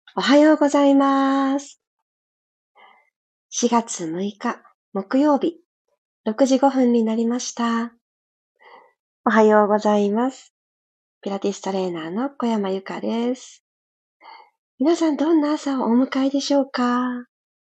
おはようございます。4月6日、木曜日、6時5分になりました。おはようございます。ピラティストレーナーの小山由かです。皆さんどんな朝をお迎えでしょうか？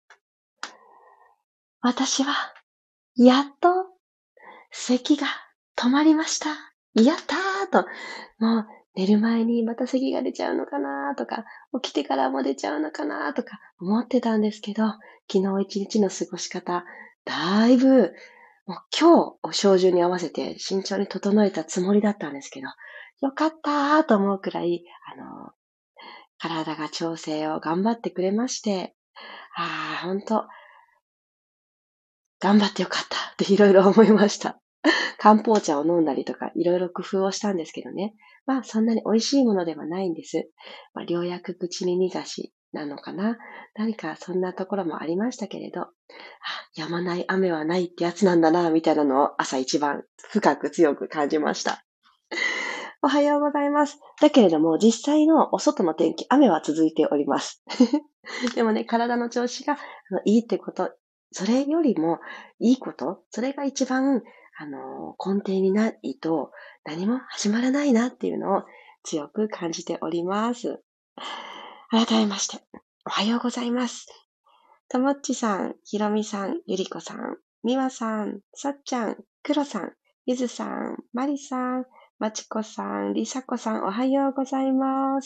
私は、やっと、咳が止まりました。やったーと、もう寝る前にまた咳が出ちゃうのかなとか、起きてからも出ちゃうのかなとか思ってたんですけど、昨日一日の過ごし方、だいぶもう今日を照準に合わせて慎重に整えたつもりだったんですけど、よかったーと思うくらい、体が調整を頑張ってくれまして、ほんと、頑張ってよかったっていろいろ思いました。漢方茶を飲んだりとか、いろいろ工夫をしたんですけどね。そんなに美味しいものではないんです。良薬口に逃がしなのかな。何かそんなところもありましたけれど、止まない雨はないってやつなんだな、みたいなのを朝一番深く強く感じました。おはようございます。だけれども、実際のお外の天気、雨は続いております。でもね、体の調子がいいってこと、それよりもいいこと、それが一番、根底にないと何も始まらないなっていうのを強く感じております。改めまして、おはようございます。ともっちさん、ひろみさん、ゆりこさん、みわさん、さっちゃん、くろさん、ゆずさん、まりさん、まちこさん、りさこさん、おはようございます。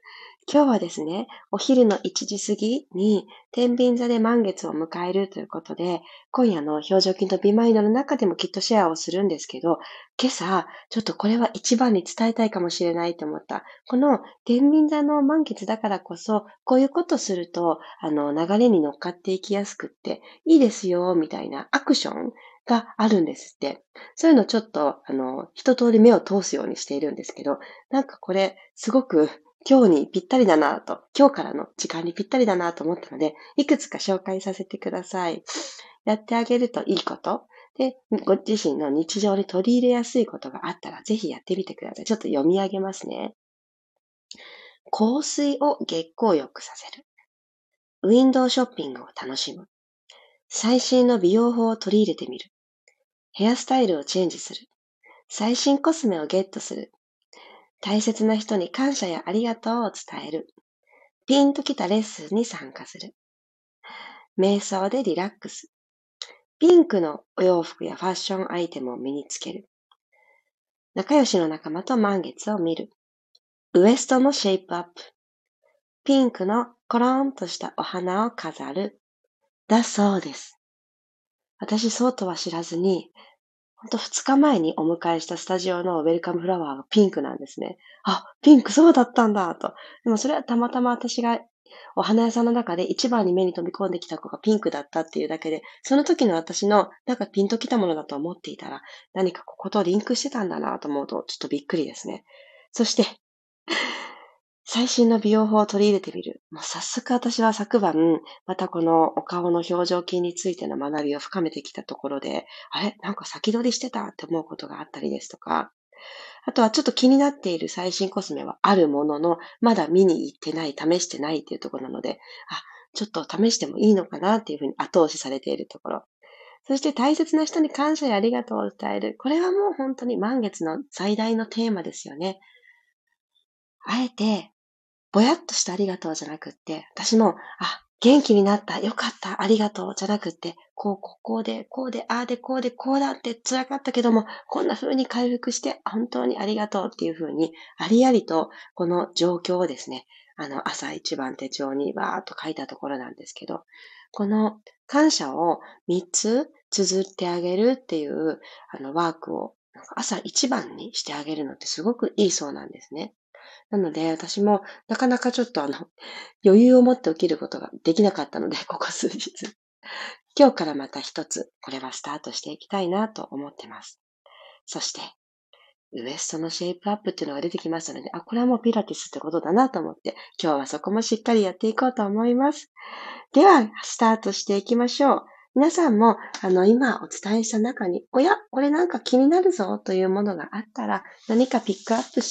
今日はですね、お昼の1時過ぎに天秤座で満月を迎えるということで、今夜の表情筋とビマインドの中でもきっとシェアをするんですけど、今朝、ちょっとこれは一番に伝えたいかもしれないと思った。この天秤座の満月だからこそ、こういうことすると、流れに乗っかっていきやすくって、いいですよ、みたいなアクションがあるんですって。そういうのちょっと、一通り目を通すようにしているんですけど、なんかこれ、すごく今日にぴったりだなと、今日からの時間にぴったりだなと思ったので、いくつか紹介させてください。やってあげるといいこと。で、ご自身の日常に取り入れやすいことがあったら、ぜひやってみてください。ちょっと読み上げますね。香水を月光浴させる。ウィンドウショッピングを楽しむ。最新の美容法を取り入れてみる。ヘアスタイルをチェンジする。最新コスメをゲットする。大切な人に感謝やありがとうを伝える。ピンときたレッスンに参加する。瞑想でリラックス。ピンクのお洋服やファッションアイテムを身につける。仲良しの仲間と満月を見る。ウエストのシェイプアップ。ピンクのコローンとしたお花を飾る。だそうです。私そうとは知らずに、ほんと2日前にお迎えしたスタジオのウェルカムフラワーがピンクなんですね。ピンクそうだったんだと。でもそれはたまたま私がお花屋さんの中で一番に目に飛び込んできた子がピンクだったっていうだけで、その時の私のなんかピンときたものだと思っていたら、何かこことリンクしてたんだなと思うとちょっとびっくりですね。そして最新の美容法を取り入れてみる。もう早速私は昨晩、またこのお顔の表情筋についての学びを深めてきたところで、なんか先取りしてたって思うことがあったりですとか、あとはちょっと気になっている最新コスメはあるものの、まだ見に行ってない、試してないっていうところなので、ちょっと試してもいいのかなっていうふうに後押しされているところ。そして大切な人に感謝やありがとうを伝える。これはもう本当に満月の最大のテーマですよね。あえてぼやっとしたありがとうじゃなくって、私も、元気になった、よかった、ありがとうじゃなくって、こうで、こうで、ああで、こうで、こうだって辛かったけども、こんな風に回復して、本当にありがとうっていう風に、ありありと、この状況をですね、朝一番手帳にわーっと書いたところなんですけど、この感謝を3つ綴ってあげるっていう、ワークを、朝一番にしてあげるのってすごくいいそうなんですね。なので、私もなかなかちょっと余裕を持って起きることができなかったので、ここ数日。今日からまた一つ、これはスタートしていきたいなと思ってます。そして、ウエストのシェイプアップっていうのが出てきましたので、これはもうピラティスってことだなと思って、今日はそこもしっかりやっていこうと思います。では、スタートしていきましょう。皆さんも、今お伝えした中に、これなんか気になるぞというものがあったら、何かピックアップして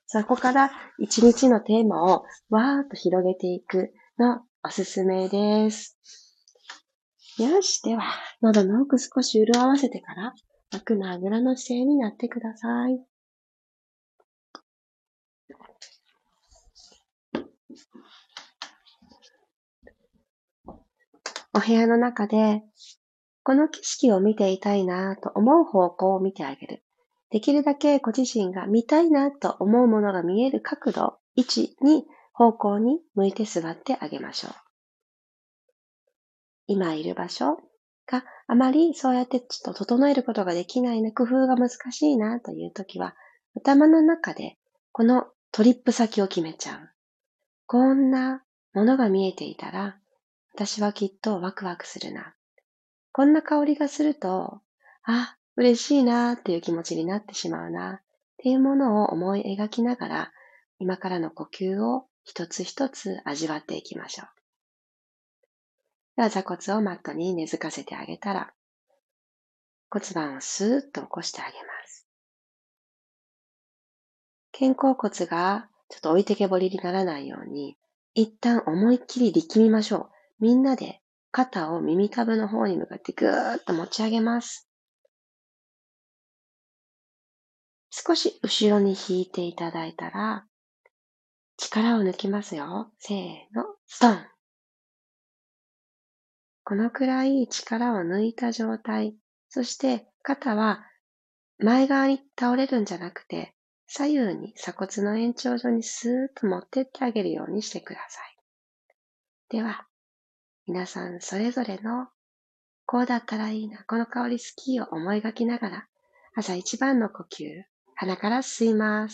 そこから一日のテーマをわーっと広げていくのおすすめです。よし、では、喉の奥少し潤わせてから、楽なあぐらの姿勢になってください。お部屋の中で、この景色を見ていたいなと思う方向を見てあげる。できるだけご自身が見たいなと思うものが見える角度、位置に、方向に向いて座ってあげましょう。今いる場所があまりそうやってちょっと整えることができないな、工夫が難しいなというときは、頭の中でこのトリップ先を決めちゃう。こんなものが見えていたら、私はきっとワクワクするな。こんな香りがすると、嬉しいなっていう気持ちになってしまうなっていうものを思い描きながら、今からの呼吸を一つ一つ味わっていきましょう。では座骨をマットに根付かせてあげたら、骨盤をスーッと起こしてあげます。肩甲骨がちょっと置いてけぼりにならないように、一旦思いっきり力みましょう。みんなで肩を耳たぶの方に向かってぐーっと持ち上げます。少し後ろに引いていただいたら、力を抜きますよ。せーの、ストン。このくらい力を抜いた状態。そして肩は前側に倒れるんじゃなくて、左右に鎖骨の延長上にスーッと持ってってあげるようにしてください。では、皆さんそれぞれのこうだったらいいな、この香り好きを思い描きながら、朝一番の呼吸、鼻から吸います。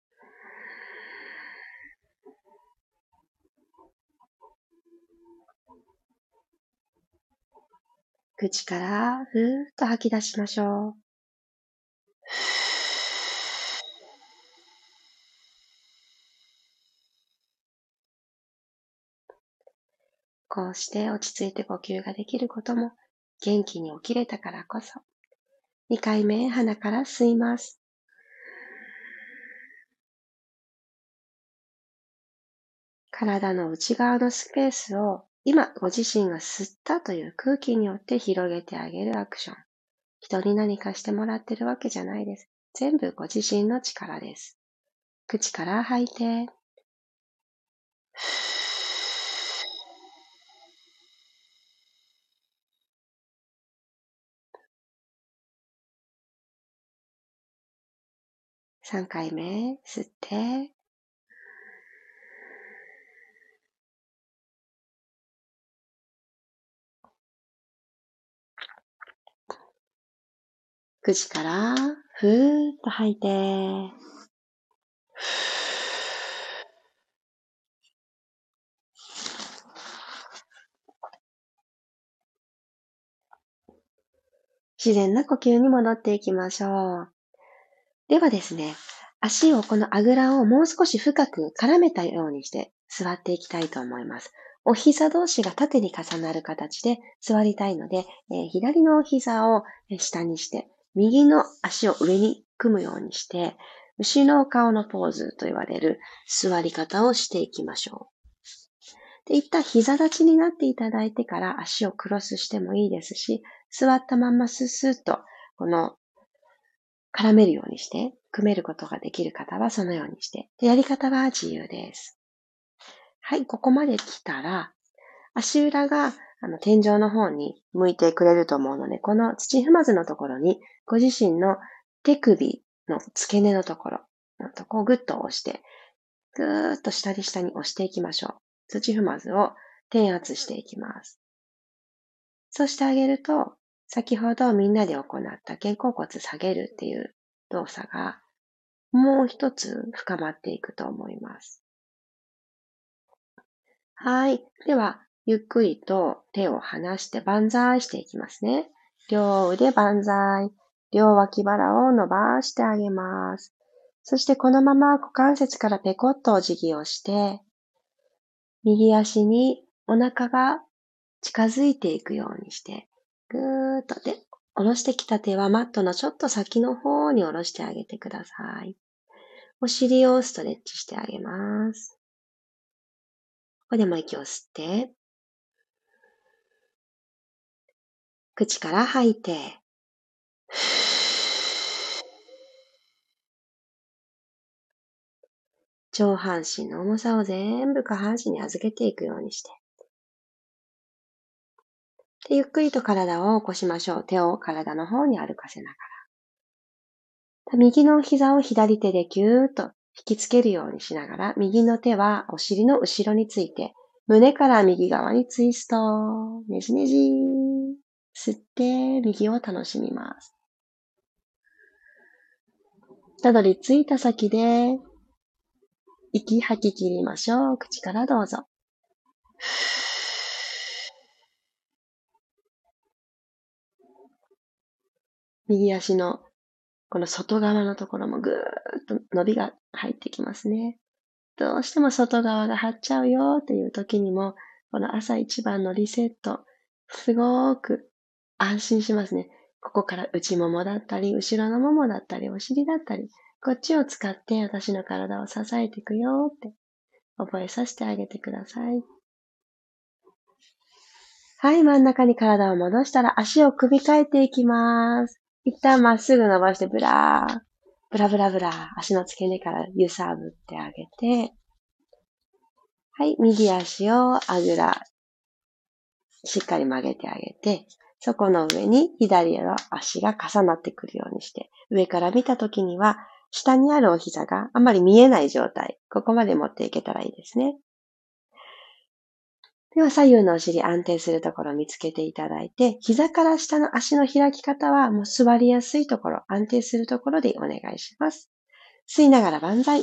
口からふーっと吐き出しましょう。こうして落ち着いて呼吸ができることも元気に起きれたからこそ。2回目、鼻から吸います。体の内側のスペースを今ご自身が吸ったという空気によって広げてあげるアクション。人に何かしてもらってるわけじゃないです。全部ご自身の力です。口から吐いて、3回目、吸って、口からふーっと吐いて、自然な呼吸に戻っていきましょう。ではですね、足をこのあぐらをもう少し深く絡めたようにして座っていきたいと思います。お膝同士が縦に重なる形で座りたいので、左のお膝を下にして、右の足を上に組むようにして、牛の顔のポーズと言われる座り方をしていきましょう。で、一旦膝立ちになっていただいてから足をクロスしてもいいですし、座ったまんまスッスッとこの絡めるようにして、組めることができる方はそのようにして。で、やり方は自由です。はい、ここまで来たら、足裏が天井の方に向いてくれると思うので、この土踏まずのところに、ご自身の手首の付け根のところのとこをぐっと押して、ぐーっと下に下に押していきましょう。土踏まずを転圧していきます。そうしてあげると、先ほどみんなで行った肩甲骨下げるっていう動作がもう一つ深まっていくと思います。はい。では、ゆっくりと手を離して万歳していきますね。両腕万歳。両脇腹を伸ばしてあげます。そしてこのまま股関節からペコッとお辞儀をして、右足にお腹が近づいていくようにして、ぐーっとで、下ろしてきた手はマットのちょっと先の方に下ろしてあげてください。 お尻をストレッチしてあげます。ここでも息を吸って、口から吐いて、上半身の重さを全部下半身に預けていくようにして。で、ゆっくりと体を起こしましょう。手を体の方に歩かせながら。右の膝を左手でぎゅーっと引きつけるようにしながら、右の手はお尻の後ろについて、胸から右側にツイスト。ねじねじ。吸って、右を楽しみます。たどり着いた先で、息吐き切りましょう。口からどうぞ。右足のこの外側のところもぐーっと伸びが入ってきますね。どうしても外側が張っちゃうよっていう時にも、この朝一番のリセット、すごく安心しますね。ここから内ももだったり、後ろのももだったり、お尻だったり、こっちを使って私の体を支えていくよって覚えさせてあげてください。はい、真ん中に体を戻したら足を組み替えていきます。一旦まっすぐ伸ばしてブラブラ、足の付け根から揺さぶってあげて、はい、右足をあぐら、しっかり曲げてあげて、そこの上に左の足が重なってくるようにして、上から見たときには、下にあるお膝があんまり見えない状態、ここまで持っていけたらいいですね。では、左右のお尻安定するところを見つけていただいて、膝から下の足の開き方はもう座りやすいところ、安定するところでお願いします。吸いながら万歳。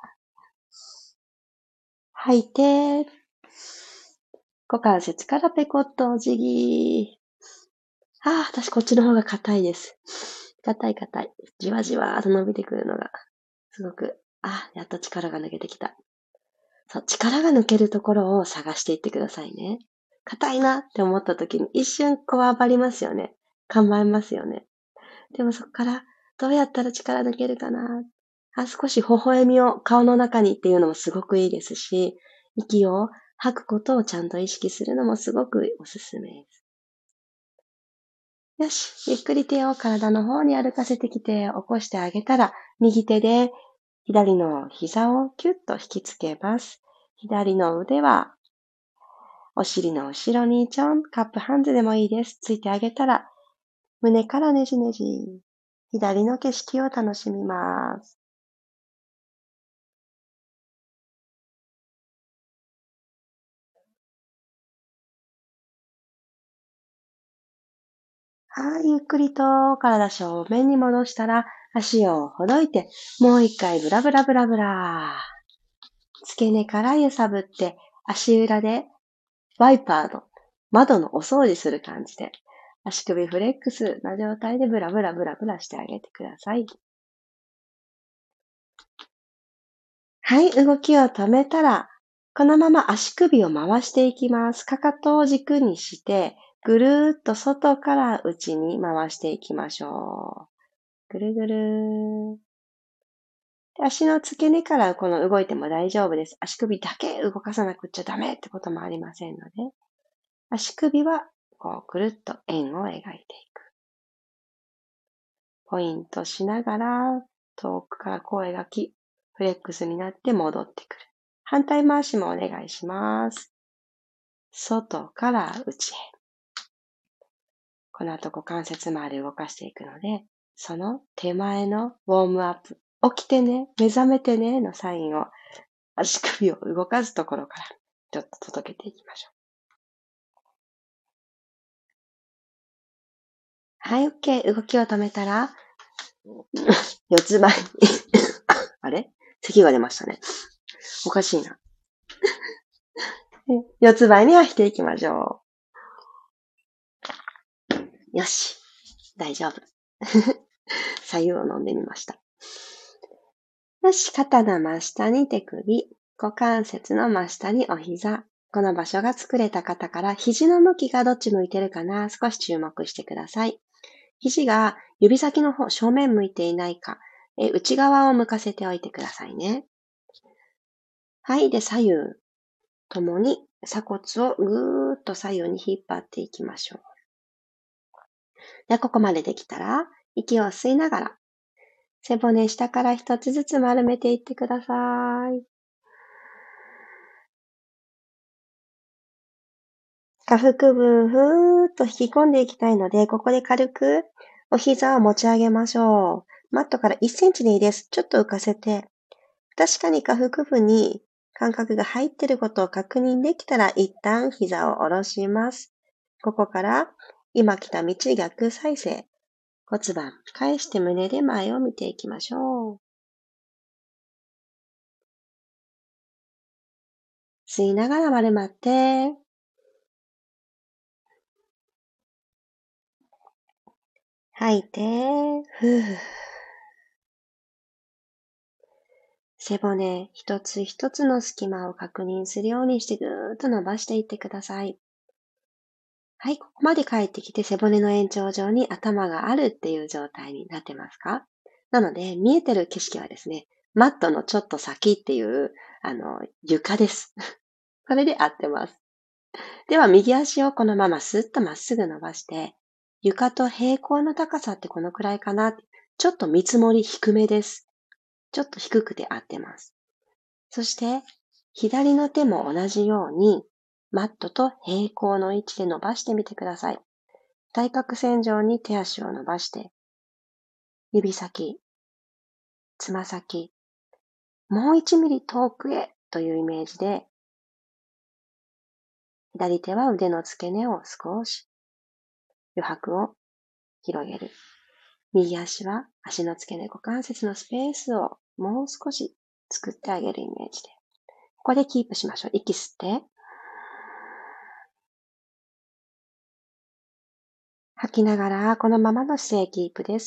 吐いて、股関節からペコッとお辞儀。私こっちの方が硬いです。硬い。じわじわーと伸びてくるのが、すごく、やっと力が抜けてきた。そう、力が抜けるところを探していってくださいね。硬いなって思った時に一瞬こわばりますよね。構えますよね。でもそこからどうやったら力抜けるかな。少し微笑みを顔の中にっていうのもすごくいいですし、息を吐くことをちゃんと意識するのもすごくおすすめです。よし、ゆっくり手を体の方に歩かせてきて起こしてあげたら、右手で左の膝をキュッと引きつけます。左の腕はお尻の後ろにちょん、カップハンズでもいいです。ついてあげたら、胸からねじねじ。左の景色を楽しみます。はい、ゆっくりと体正面に戻したら、足をほどいて、もう一回ブラブラブラブラ。付け根から揺さぶって、足裏でワイパーの窓のお掃除する感じで、足首フレックスな状態でブラブラブラブラしてあげてください。はい、動きを止めたら、このまま足首を回していきます。かかとを軸にして、ぐるーっと外から内に回していきましょう。ぐるぐるー。で足の付け根からこの動いても大丈夫です。足首だけ動かさなくちゃダメってこともありませんので、足首はこうくるっと円を描いていく。ポイントしながら遠くからこう描き、フレックスになって戻ってくる。反対回しもお願いします。外から内へ。この後股関節周り動かしていくので、その手前のウォームアップ、起きてね、目覚めてねのサインを足首を動かすところからちょっと届けていきましょう。はい、OK。動きを止めたら、四つ前にあれ咳が出ましたね。おかしいな。四つ前にはしていきましょう。よし。大丈夫。左右を飲んでみました。よし、肩の真下に手首、股関節の真下にお膝。この場所が作れた方から肘の向きがどっち向いてるかな、少し注目してください。肘が指先の方、正面向いていないか、 内側を向かせておいてくださいね。はい。で、左右ともに鎖骨をぐーっと左右に引っ張っていきましょう。で、ここまでできたら、息を吸いながら、背骨下から一つずつ丸めていってください。下腹部、ふーっと引き込んでいきたいので、ここで軽くお膝を持ち上げましょう。マットから1センチでいいです。ちょっと浮かせて。確かに下腹部に感覚が入っていることを確認できたら、一旦膝を下ろします。ここから今来た道逆再生。骨盤返して胸で前を見ていきましょう。吸いながら丸まって、吐いて、ふー。背骨一つ一つの隙間を確認するようにしてぐーっと伸ばしていってください。はい、ここまで帰ってきて背骨の延長上に頭があるっていう状態になってますか？なので、見えてる景色はですね、マットのちょっと先っていう、床です。これで合ってます。では、右足をこのままスッとまっすぐ伸ばして、床と平行の高さってこのくらいかな？ちょっと見積もり低めです。ちょっと低くて合ってます。そして、左の手も同じように、マットと平行の位置で伸ばしてみてください。対角線上に手足を伸ばして、指先、つま先、もう1ミリ遠くへというイメージで、左手は腕の付け根を少し、余白を広げる。右足は足の付け根股関節のスペースをもう少し作ってあげるイメージで。ここでキープしましょう。息吸って、吐きながらこのままの姿勢キープです。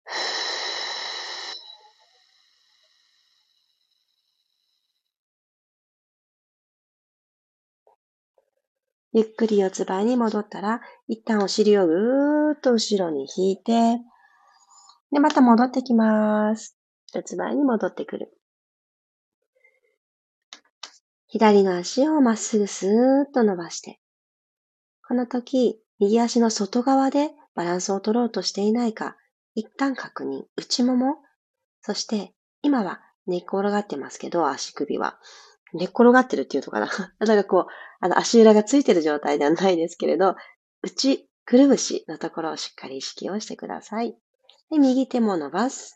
ゆっくり四つ倍に戻ったら、一旦お尻をぐーっと後ろに引いて、で、また戻ってきます。四つ倍に戻ってくる。左の足をまっすぐスーッと伸ばして、この時、右足の外側でバランスを取ろうとしていないか、一旦確認。内もも、そして今は寝っ転がってますけど、足首は。寝っ転がってるっていうのかな。だからこう、足裏がついてる状態ではないですけれど、くるぶしのところをしっかり意識をしてください。で、右手も伸ばす。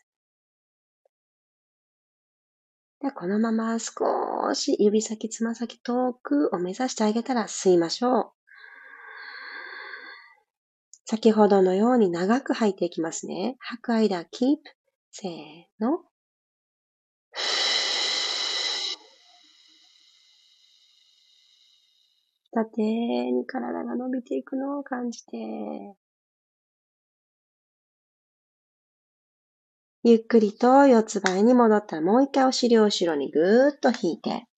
で、このまま少し指先、つま先遠くを目指してあげたら吸いましょう。先ほどのように長く吐いていきますね。吐く間、キープ。せーの。縦に体が伸びていくのを感じて、ゆっくりと四つ倍に戻ったらもう一回お尻を後ろにぐーっと引いて、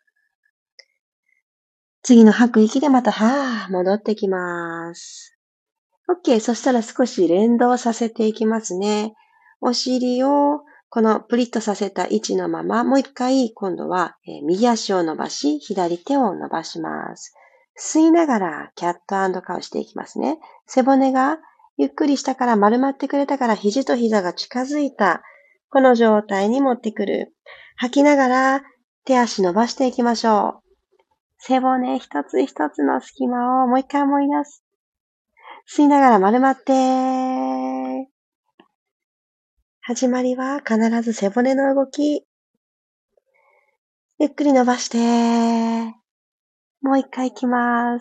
次の吐く息でまた戻ってきます。OK。そしたら少し連動させていきますね。お尻をこのプリッとさせた位置のまま、もう一回今度は右足を伸ばし、左手を伸ばします。吸いながらキャット&カウしていきますね。背骨がゆっくり下から丸まってくれたから肘と膝が近づいた。この状態に持ってくる。吐きながら手足伸ばしていきましょう。背骨一つ一つの隙間をもう一回思い出す。吸いながら丸まって、始まりは必ず背骨の動き。ゆっくり伸ばして、もう一回行きます。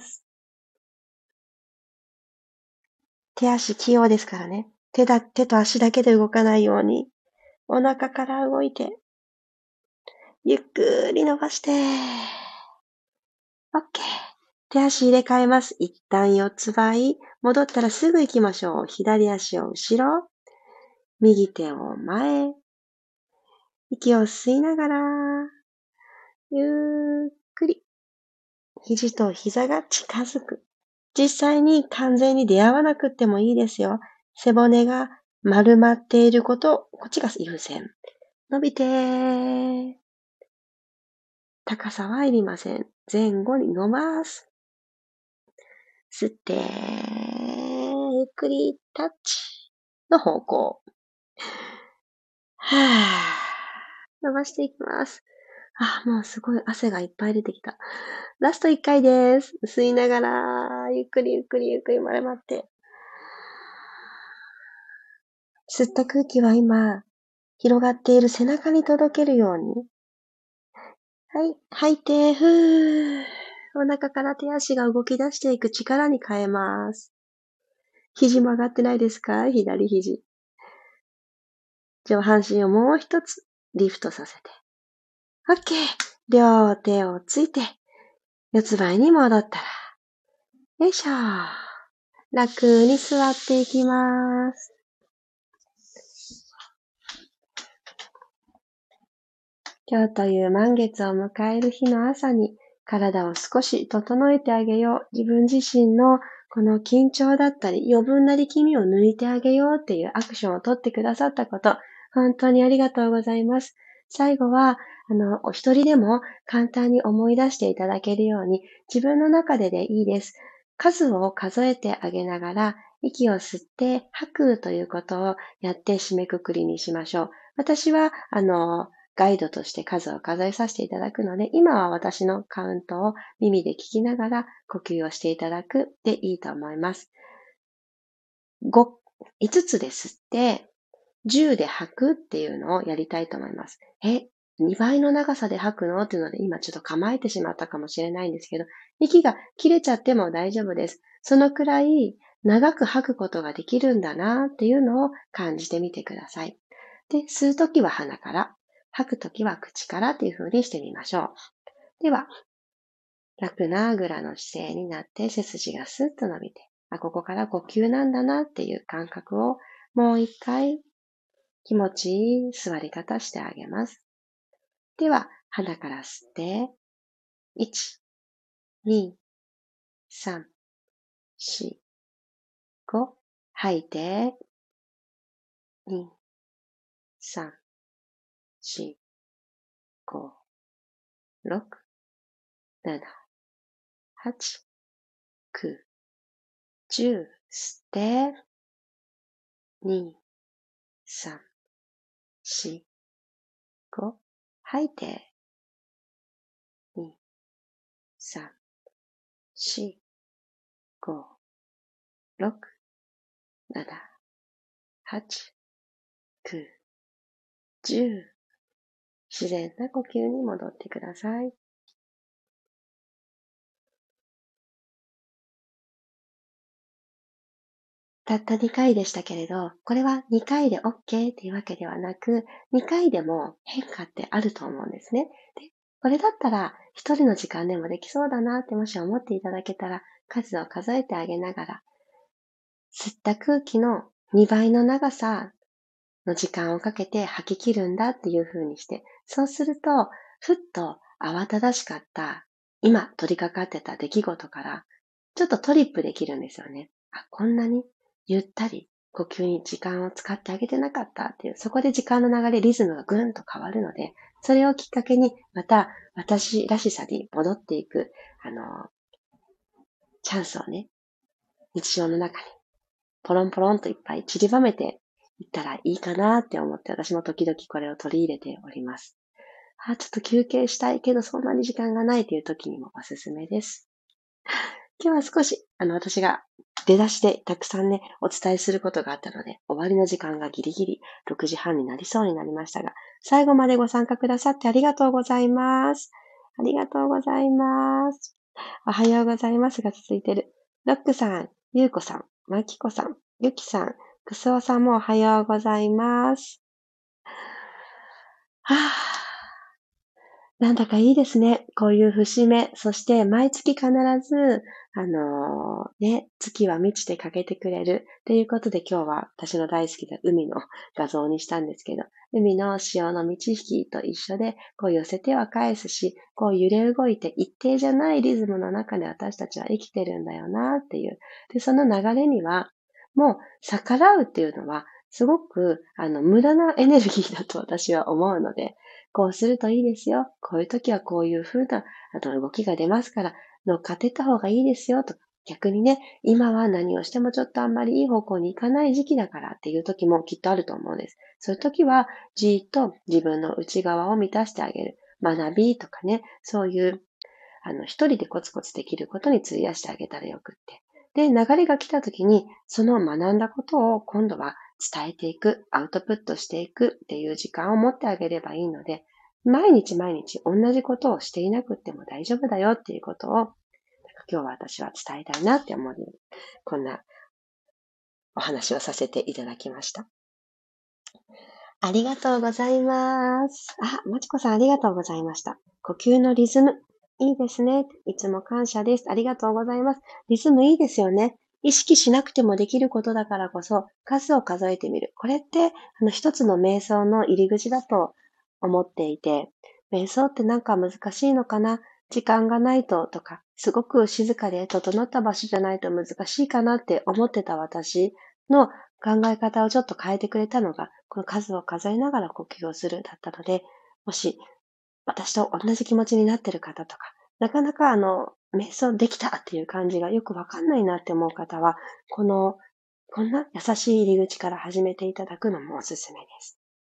手足器用ですからね。手と足だけで動かないように、お腹から動いて、ゆっくり伸ばして、OK。手足入れ替えます。一旦四つ倍。戻ったらすぐ行きましょう。左足を後ろ。右手を前。息を吸いながら、ゆっくり。肘と膝が近づく。実際に完全に出会わなくってもいいですよ。背骨が丸まっていること、こっちが優先。伸びて、高さはいりません。前後に伸ばす。吸って、ゆっくりタッチの方向。はぁ。伸ばしていきます。もうすごい汗がいっぱい出てきた。ラスト1回です。吸いながら、ゆっくりゆっくりゆっくり丸まって。吸った空気は今、広がっている背中に届けるように。はい。吐いて、ふー。お腹から手足が動き出していく力に変えます。肘も上がってないですか？左肘。上半身をもう一つリフトさせて。OK! 両手をついて、四つ倍に戻ったら、よいしょ。楽に座っていきます。今日という満月を迎える日の朝に体を少し整えてあげよう。自分自身のこの緊張だったり余分な力みを抜いてあげようっていうアクションを取ってくださったこと、本当にありがとうございます。最後は、お一人でも簡単に思い出していただけるように自分の中でいいです。数を数えてあげながら息を吸って吐くということをやって締めくくりにしましょう。私は、ガイドとして数を数えさせていただくので、今は私のカウントを耳で聞きながら呼吸をしていただくでいいと思います。5つで吸って、10で吐くっていうのをやりたいと思います。2倍の長さで吐くのっていうので今ちょっと構えてしまったかもしれないんですけど、息が切れちゃっても大丈夫です。そのくらい長く吐くことができるんだなっていうのを感じてみてください。で、吸うときは鼻から、吐くときは口からっていう風にしてみましょう。では、楽なあぐらの姿勢になって背筋がスッと伸びて、ここから呼吸なんだなっていう感覚をもう一回気持ちいい座り方してあげます。では、鼻から吸って、1、2、3、4、5。吐いて、2、3、4、5、6、7、8、9、10。吸って、2、3、4、5。吐いて、2、3、4、5、6、7、8、9、10。自然な呼吸に戻ってください。たった2回でしたけれど、これは2回で OK っていうわけではなく、2回でも変化ってあると思うんですね。で、これだったら一人の時間でもできそうだなってもし思っていただけたら、数を数えてあげながら、吸った空気の2倍の長さの時間をかけて吐き切るんだっていう風にして、そうすると、ふっと慌ただしかった、今取り掛かってた出来事から、ちょっとトリップできるんですよね。こんなにゆったり呼吸に時間を使ってあげてなかったっていう、そこで時間の流れ、リズムがぐんと変わるので、それをきっかけにまた私らしさに戻っていく、チャンスをね、日常の中にポロンポロンといっぱい散りばめていったらいいかなって思って、私も時々これを取り入れております。ちょっと休憩したいけどそんなに時間がないという時にもおすすめです。今日は少し、私が出だしでたくさんね、お伝えすることがあったので、終わりの時間がギリギリ6時半になりそうになりましたが、最後までご参加くださってありがとうございます。ありがとうございます。おはようございますが続いてる。ロックさん、ゆうこさん、まきこさん、ゆきさん、くすおさんもおはようございます。なんだかいいですね。こういう節目。そして毎月必ず、月は満ちて欠けてくれる。ということで今日は私の大好きな海の画像にしたんですけど、海の潮の満ち引きと一緒で、こう寄せては返すし、こう揺れ動いて一定じゃないリズムの中で私たちは生きてるんだよなっていう。で、その流れには、もう逆らうっていうのはすごく、無駄なエネルギーだと私は思うので、こうするといいですよ。こういう時はこういう風な、動きが出ますから、乗っかっていった方がいいですよ、と。逆にね、今は何をしてもちょっとあんまりいい方向に行かない時期だからっていう時もきっとあると思うんです。そういう時は、じーっと自分の内側を満たしてあげる。学びとかね、そういう、一人でコツコツできることに費やしてあげたらよくって。で、流れが来た時に、その学んだことを今度は伝えていく、アウトプットしていくっていう時間を持ってあげればいいので、毎日毎日同じことをしていなくても大丈夫だよっていうことを、今日は私は伝えたいなって思うので、こんなお話をさせていただきました。ありがとうございます。まちこさんありがとうございました。呼吸のリズム。いいですね。いつも感謝です。ありがとうございます。リズムいいですよね。意識しなくてもできることだからこそ、数を数えてみる。これって、一つの瞑想の入り口だと思っていて、瞑想ってなんか難しいのかな、時間がないとか、すごく静かで整った場所じゃないと難しいかなって思ってた私の考え方をちょっと変えてくれたのが、この数を数えながら呼吸をするだったので、もし私と同じ気持ちになっている方とか、なかなか瞑想できたっていう感じがよくわかんないなって思う方は、こんな優しい入り口から始めていただくのもおすすめです。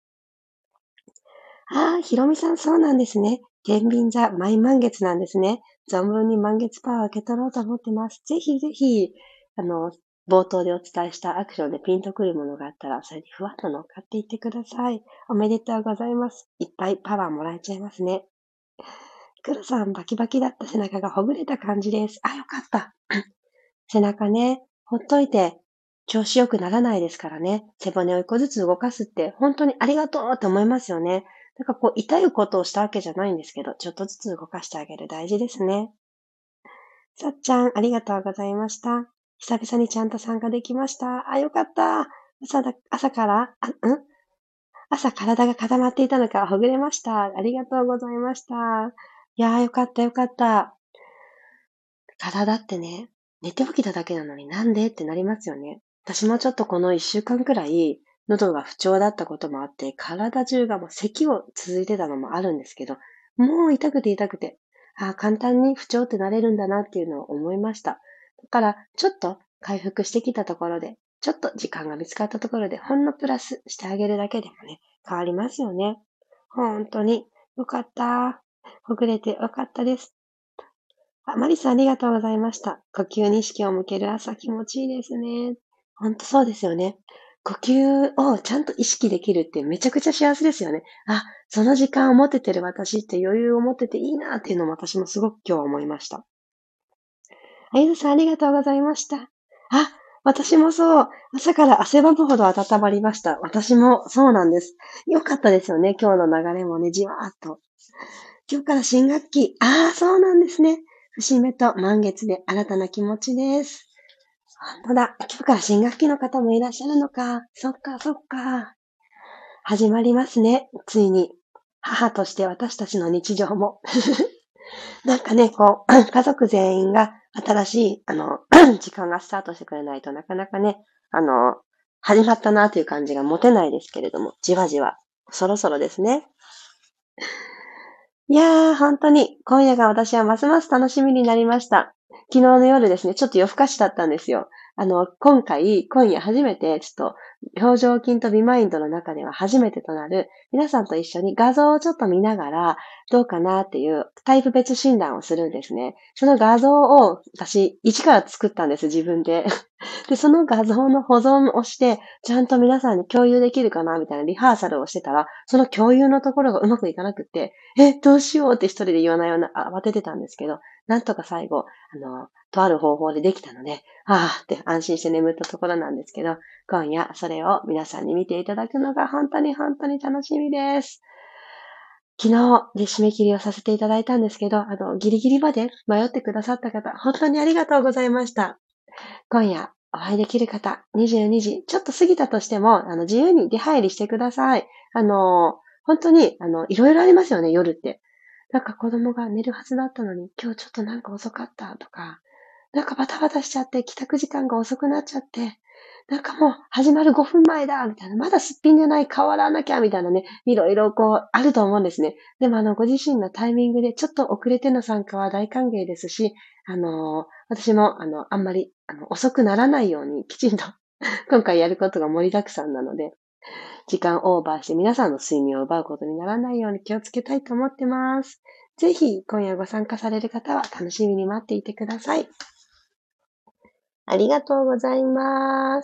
ひろみさんそうなんですね。天秤座、毎満月なんですね。存分に満月パワーを受け取ろうと思ってます。ぜひぜひ、冒頭でお伝えしたアクションでピンとくるものがあったら、それにふわっと乗っかっていってください。おめでとうございます。いっぱいパワーもらえちゃいますね。クロさん、バキバキだった背中がほぐれた感じです。よかった。背中ね、ほっといて、調子良くならないですからね。背骨を一個ずつ動かすって、本当にありがとうって思いますよね。なんか痛いことをしたわけじゃないんですけど、ちょっとずつ動かしてあげる大事ですね。さっちゃん、ありがとうございました。久々にちゃんと参加できました。よかった。朝から、朝体が固まっていたのかほぐれました。ありがとうございました。いやー、よかったよかった。体ってね、寝て起きただけなのになんでってなりますよね。私もちょっとこの一週間くらい、喉が不調だったこともあって、体中がもう咳を続いてたのもあるんですけど、もう痛くて痛くて、簡単に不調ってなれるんだなっていうのを思いました。だから、ちょっと回復してきたところで、ちょっと時間が見つかったところで、ほんのプラスしてあげるだけでもね、変わりますよね。本当に、よかった。ほぐれてよかったです。マリさんありがとうございました。呼吸に意識を向ける朝気持ちいいですね。ほんとそうですよね。呼吸をちゃんと意識できるってめちゃくちゃ幸せですよね。その時間を持ててる私って余裕を持ってていいなっていうのも私もすごく今日は思いました。ゆずさんありがとうございました。私もそう。朝から汗ばむほど温まりました。私もそうなんです。よかったですよね。今日の流れもね、じわーっと。今日から新学期。そうなんですね。節目と満月で新たな気持ちです。本当だ。今日から新学期の方もいらっしゃるのか。そっか、そっか。始まりますね。ついに。母として私たちの日常も。なんかね、家族全員が新しい、時間がスタートしてくれないとなかなかね、始まったなという感じが持てないですけれども、じわじわ、そろそろですね。いやー、本当に、今夜が私はますます楽しみになりました。昨日の夜ですね、ちょっと夜更かしだったんですよ。今夜初めて、ちょっと、表情筋とビマインドの中では初めてとなる、皆さんと一緒に画像をちょっと見ながら、どうかなっていうタイプ別診断をするんですね。その画像を私、一から作ったんです、自分で。で、その画像の保存をして、ちゃんと皆さんに共有できるかなみたいなリハーサルをしてたら、その共有のところがうまくいかなくって、どうしようって一人で言わないような、慌ててたんですけど、なんとか最後、とある方法でできたので、って安心して眠ったところなんですけど、今夜それを皆さんに見ていただくのが本当に本当に楽しみです。昨日で締め切りをさせていただいたんですけど、ギリギリまで迷ってくださった方、本当にありがとうございました。今夜お会いできる方、22時、ちょっと過ぎたとしても、自由に出入りしてください。本当に、いろいろありますよね、夜って。なんか子供が寝るはずだったのに、今日ちょっとなんか遅かったとか、なんかバタバタしちゃって、帰宅時間が遅くなっちゃって、 なんかもう始まる5分前だみたいな、まだすっぴんじゃない、変わらなきゃみたいなね、いろいろこうあると思うんですね。でもご自身のタイミングでちょっと遅れての参加は大歓迎ですし、私もあんまり遅くならないようにきちんと今回やることが盛りだくさんなので、時間オーバーして皆さんの睡眠を奪うことにならないように気をつけたいと思ってます。ぜひ今夜ご参加される方は楽しみに待っていてください。ありがとうございます。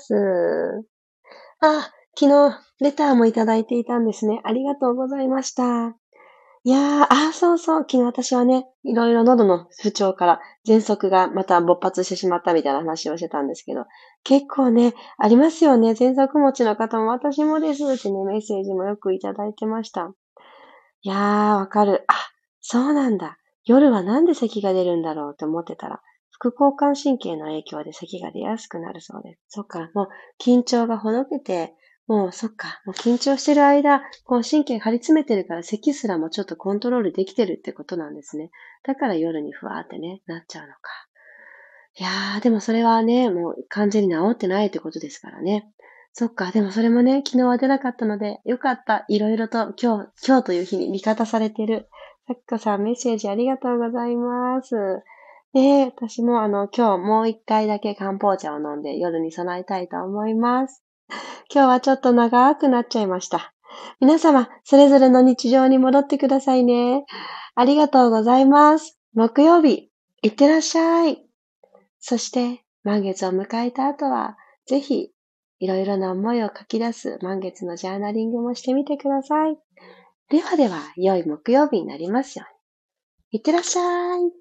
昨日レターもいただいていたんですね。ありがとうございました。いやー、そうそう。昨日私はね、いろいろ喉の不調から喘息がまた勃発してしまったみたいな話をしてたんですけど、結構ね、ありますよね。喘息持ちの方も私もですってね、メッセージもよくいただいてました。いやー、わかる。そうなんだ。夜はなんで咳が出るんだろうって思ってたら、副交感神経の影響で咳が出やすくなるそうです。そっか、もう緊張がほどけて、もうそっか、もう緊張してる間、こう神経張り詰めてるから咳すらもちょっとコントロールできてるってことなんですね。だから夜にふわーってね、なっちゃうのか。いやー、でもそれはね、もう完全に治ってないってことですからね。そっか、でもそれもね、昨日は出なかったので、よかった。いろいろと今日という日に味方されてる。さきこさんメッセージありがとうございます。で、私も今日もう一回だけ漢方茶を飲んで夜に備えたいと思います。今日はちょっと長くなっちゃいました。皆様、それぞれの日常に戻ってくださいね。ありがとうございます。木曜日、いってらっしゃい。そして、満月を迎えた後は、ぜひ、いろいろな思いを書き出す満月のジャーナリングもしてみてください。ではでは、良い木曜日になりますように。いってらっしゃい。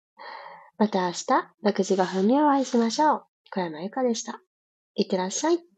また明日、6時5分にお会いしましょう。小山由かでした。いってらっしゃい。